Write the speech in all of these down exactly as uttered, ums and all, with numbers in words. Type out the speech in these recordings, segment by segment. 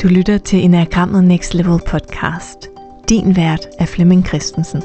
Du lytter til Enneagrammet Next Level podcast. Din vært er Flemming Christensen.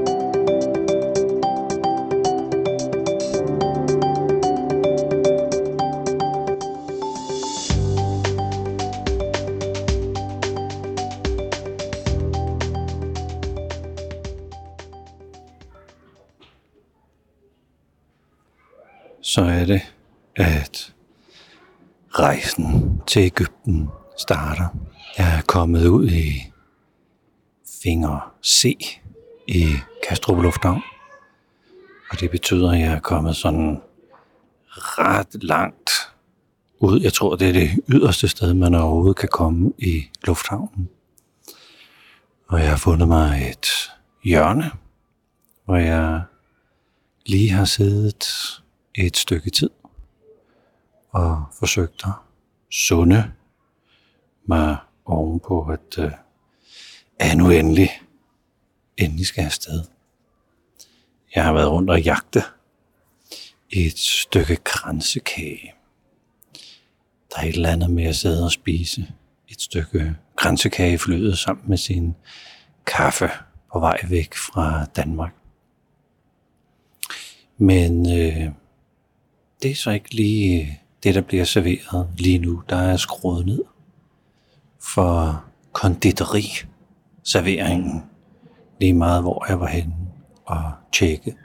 Så er det, at rejsen til Egypten starter. Jeg er kommet ud i Finger C i Kastrup Lufthavn. Og det betyder, at jeg er kommet sådan ret langt ud. Jeg tror, det er det yderste sted, man overhovedet kan komme i lufthavnen. Og jeg har fundet mig et hjørne, hvor jeg lige har siddet et stykke tid og forsøgt at sunde mig ovenpå, at øh, er nu endelig, endelig skal jeg afsted. Jeg har været rundt og jagte et stykke kransekage. Der er et eller andet med at sidde og spise et stykke kransekage i flyet sammen med sin kaffe på vej væk fra Danmark. Men øh, det er så ikke lige det, der bliver serveret lige nu. Der er skruet ned for konditori-serveringen, lige meget hvor jeg var henne og tjekke.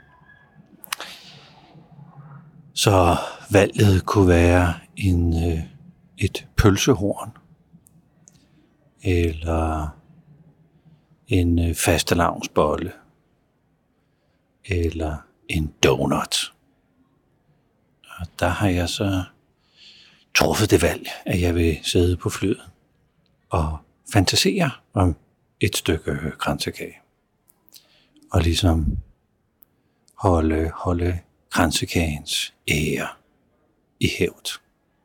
Så valget kunne være en, øh, et pølsehorn, eller en øh, fastelavnsbolle, eller en donut. Og der har jeg så truffet det valg, at jeg vil sidde på flyet og fantasere om et stykke kransekage. Og ligesom holde, holde kransekagens ære i hævd.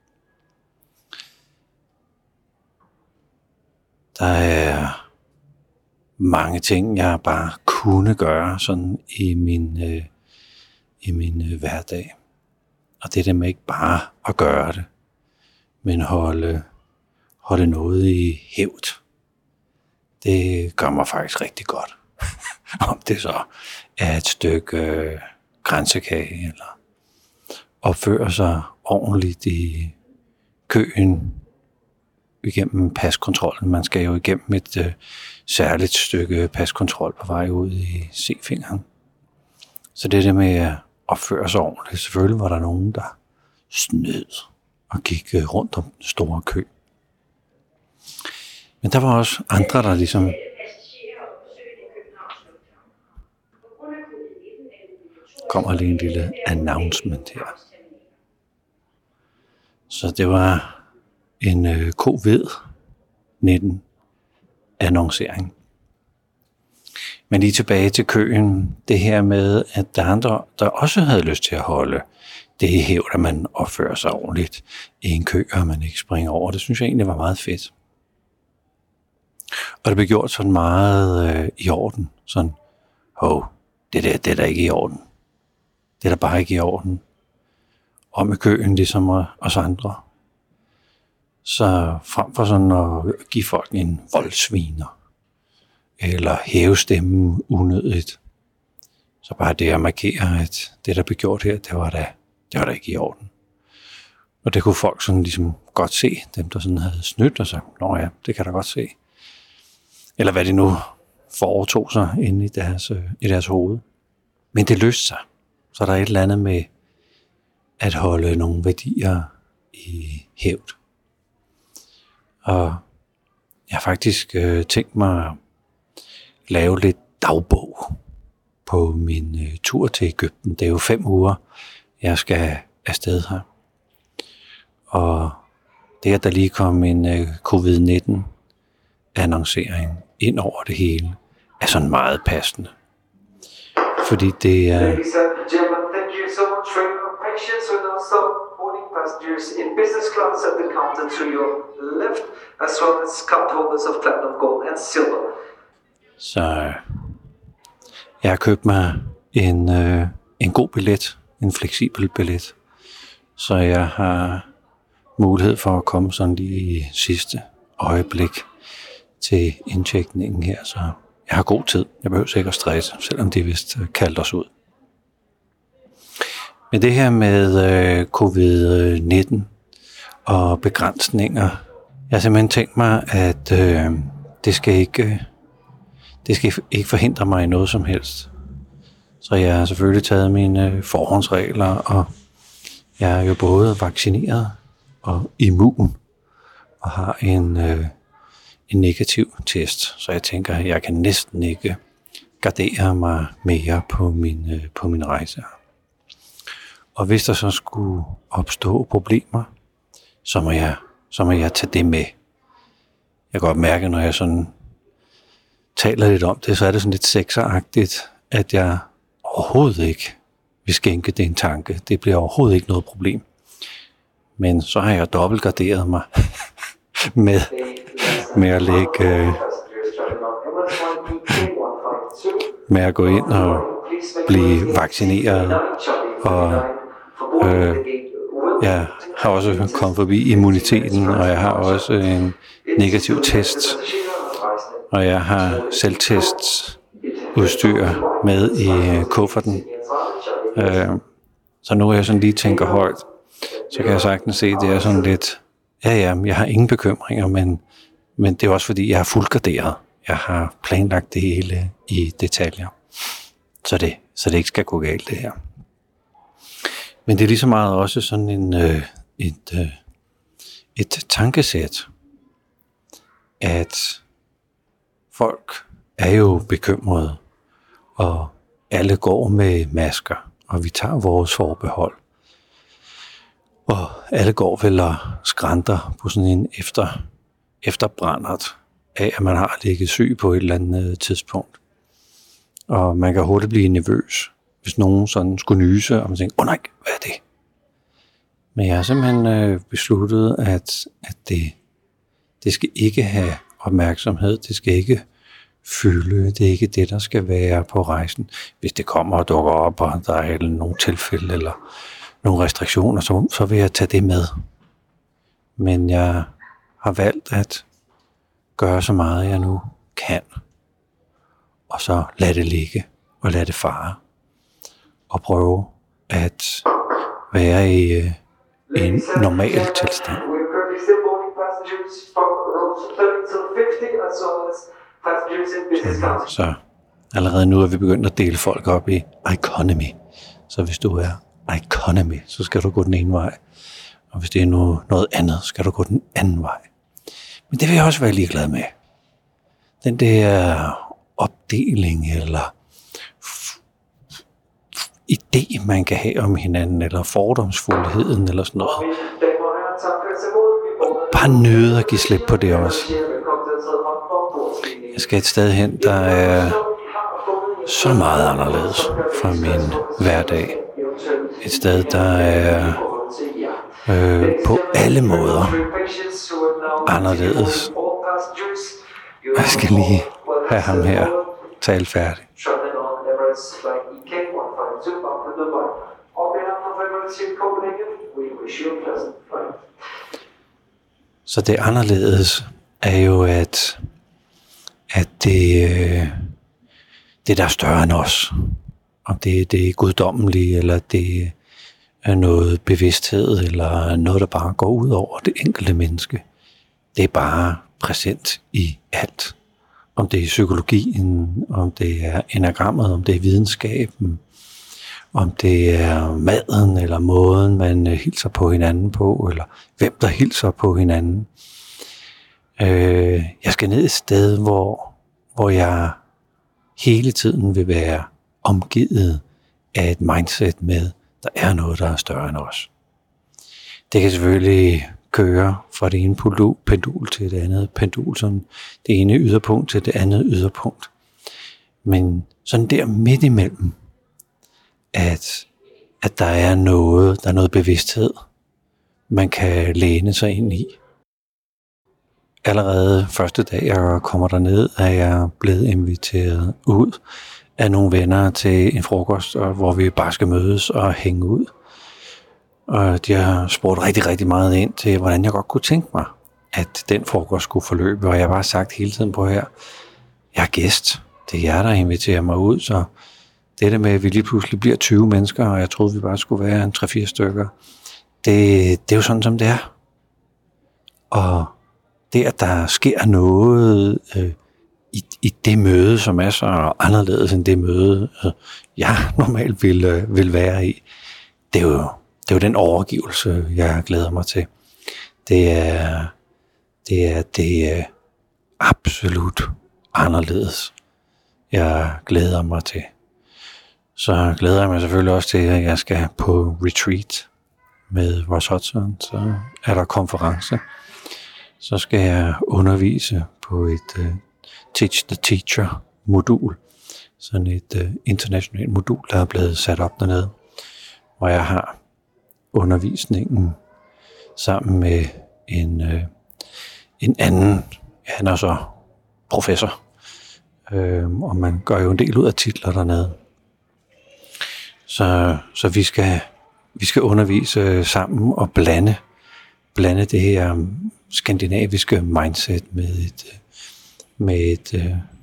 Der er mange ting, jeg bare kunne gøre sådan i min, øh, i min øh, hverdag. Og det er det med ikke bare at gøre det, men holde, holde noget i hævd. Det gør mig faktisk rigtig godt. Om det så er et stykke øh, kransekage, eller opføre sig ordentligt i køen igennem paskontrollen. Man skal jo igennem et øh, særligt stykke paskontrol på vej ud i C-fingeren. Så det er det med at opføre sig ordentligt. Selvfølgelig var der nogen, der snød og gik rundt om den store kø. Men der var også andre, der ligesom kommer lige en lille announcement her. Så det var en øh, covid nitten annoncering. Men lige tilbage til køen, det her med, at der er andre, der også havde lyst til at holde det i hævd, at man opfører sig ordentligt i en kø, og man ikke springer over. Det synes jeg egentlig var meget fedt. Og det blev gjort sådan meget øh, i orden. Sådan, hov, det der, det er der ikke i orden. Det er der bare ikke i orden. Og med køen, ligesom os andre. Så frem for sådan at give folk en voldsviner, eller hæve stemmen unødigt, så bare det at markere, at det, der blev gjort her, det var da, det var da ikke i orden. Og det kunne folk sådan ligesom godt se, dem der sådan havde snydt og sagt, nå ja, det kan der godt se. Eller hvad de nu foretog sig inde i deres, i deres hoved. Men det løste sig. Så der er et eller andet med at holde nogle værdier i hævd. Og jeg har faktisk øh, tænkt mig at lave lidt dagbog på min øh, tur til Egypten. Det er jo fem uger, jeg skal afsted her. Og det, at der lige kom en øh, covid nitten annoncering ind over det hele, er sådan meget passende. Fordi det er... Uh, passengers in business class at the counter to your left, as well as card holders of platinum, gold and silver. Så jeg har købt mig en, øh, en god billet, en fleksibel billet, så jeg har mulighed for at komme sådan lige i sidste øjeblik til indtjekningen her, så jeg har god tid. Jeg behøver sikkert stresse, selvom det vist kaldt os ud. Men det her med øh, covid nitten og begrænsninger, jeg har simpelthen tænkt mig, at øh, det skal ikke, det skal ikke forhindre mig i noget som helst. Så jeg har selvfølgelig taget mine forhåndsregler, og jeg er jo både vaccineret og immun, og har en, øh, en negativ test. Så jeg tænker, at jeg kan næsten ikke gardere mig mere på min, øh, på min rejse. Og hvis der så skulle opstå problemer, så må jeg, så må jeg tage det med. Jeg kan godt mærke, når jeg sådan taler lidt om det, så er det sådan lidt sexeragtigt, at jeg overhovedet ikke vil skænke det en tanke. Det bliver overhovedet ikke noget problem. Men så har jeg dobbeltgarderet mig med, med at lægge, øh, med at gå ind og blive vaccineret. Og øh, jeg har også kommet forbi immuniteten, og jeg har også en negativ test. Og jeg har selvtestudstyr med i kufferten. Øh, så nu er jeg sådan lige tænker højt, så kan jeg sagtens se, at det er sådan lidt, ja ja, jeg har ingen bekymringer, men, men det er også fordi, jeg har fuldgarderet. Jeg har planlagt det hele i detaljer, så det, så det ikke skal gå galt det her. Men det er lige så meget også sådan en, øh, et, øh, et tankesæt, at folk er jo bekymrede, og alle går med masker, og vi tager vores forbehold. Og alle går vel og skrænter på sådan en efter, efterbrændert af, at man har ligget syg på et eller andet tidspunkt. Og man kan hurtigt blive nervøs, hvis nogen sådan skulle nyse, og man tænker, åh oh, nej, hvad er det? Men jeg har simpelthen øh, besluttet, at, at det, det skal ikke have opmærksomhed, det skal ikke fylde, det er ikke det, der skal være på rejsen. Hvis det kommer og dukker op, og der er nogle tilfælde eller nogle restriktioner, så, så vil jeg tage det med. Men jeg har valgt at gøre så meget, jeg nu kan, og så lade det ligge og lade det fare, og prøve at være i øh, en normal tilstand. Så, så allerede nu er vi begyndt at dele folk op i economy. Så hvis du er economy, så skal du gå den ene vej. Og hvis det er noget, noget andet, skal du gå den anden vej. Men det vil jeg også være ligeglad med. Den der opdeling eller f- f- idé, man kan have om hinanden, eller fordomsfuldheden, eller sådan noget. Bare nyde at give slip på det også. Jeg skal et sted hen, der er så meget anderledes fra min hverdag. Et sted, der er øh, på alle måder anderledes. Jeg skal lige have ham her tale færdig. Så det anderledes er jo, at, at det, det der er større end os. Om det, det er guddommeligt, eller det er noget bevidsthed, eller noget, der bare går ud over det enkelte menneske. Det er bare præsent i alt. Om det er psykologien, om det er enagrammet, om det er videnskaben, om det er maden, eller måden, man hilser på hinanden på, eller hvem der hilser på hinanden. Øh, jeg skal ned et sted, hvor, hvor jeg hele tiden vil være omgivet af et mindset med, der er noget, der er større end os. Det kan selvfølgelig køre fra det ene pendul til det andet pendul, sådan det ene yderpunkt til det andet yderpunkt. Men sådan der midt imellem, at, at der er noget, der er noget bevidsthed, man kan læne sig ind i. Allerede første dag, jeg kommer derned, er jeg blevet inviteret ud af nogle venner til en frokost, hvor vi bare skal mødes og hænge ud. Og de har spurgt rigtig, rigtig meget ind til, hvordan jeg godt kunne tænke mig at den frokost skulle forløbe, og jeg har bare sagt hele tiden på her, jeg er gæst, det er jer, der inviterer mig ud, så det der med, at vi lige pludselig bliver tyve mennesker, og jeg troede, vi bare skulle være en tre fire stykker, det, det er jo sådan, som det er. Og det, at der sker noget øh, i, i det møde, som er så anderledes end det møde, øh, jeg normalt vil, øh, vil være i, det er, jo, det er jo den overgivelse, jeg glæder mig til. Det er det, er, det er absolut anderledes, jeg glæder mig til. Så glæder jeg mig selvfølgelig også til, at jeg skal på retreat med Russ Hudson. Så er der konference. Så skal jeg undervise på et uh, Teach the Teacher modul. Sådan et uh, internationalt modul, der er blevet sat op dernede. Hvor jeg har undervisningen sammen med en, uh, en anden, han er så professor. Uh, og man gør jo en del ud af titler dernede. Så, så vi skal vi skal undervise sammen og blande blande det her skandinaviske mindset med et med et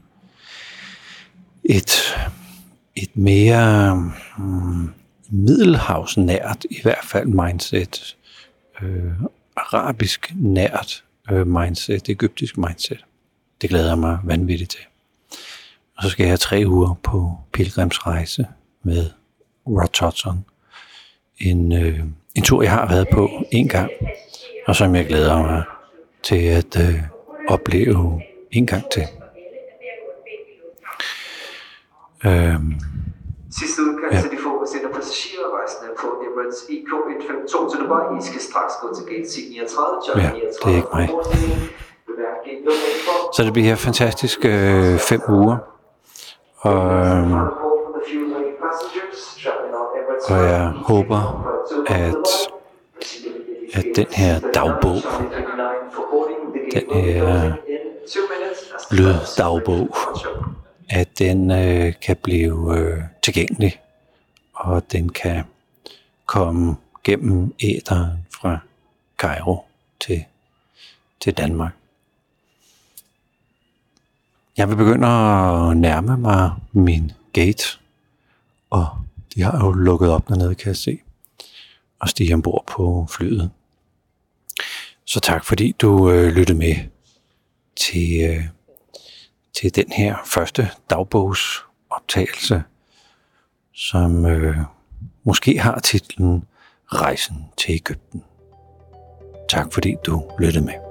et, et mere um, middelhavsnært i hvert fald mindset, øh, arabisk nært øh, mindset, egyptisk mindset. Det glæder jeg mig vanvittigt til. Og så skal jeg have tre uger på pilgrimsrejse med Russ Hudson. En, øh, en tur, jeg har været på en gang, og som jeg glæder mig til at øh, opleve en gang til. Øhm, Sidste udkast ja. til de få passagerer passagerrejsende på Emirates I K et fem to til Dubai. I skal straks gå til gate C niogtredive. Ja, det er ikke mig. Så det bliver fantastisk øh, fem uger. Og, øh, og jeg håber, at, at den her dagbog, den her lyddagbog, at den øh, kan blive øh, tilgængelig, og den kan komme gennem æteren fra Kairo til, til Danmark. Jeg vil begynde at nærme mig min gate, og de har jo lukket op dernede, kan jeg se, og stige ombord på flyet. Så tak fordi du øh, lyttede med til, øh, til den her første dagbogsoptagelse, som øh, måske har titlen Rejsen til Egypten. Tak fordi du lyttede med.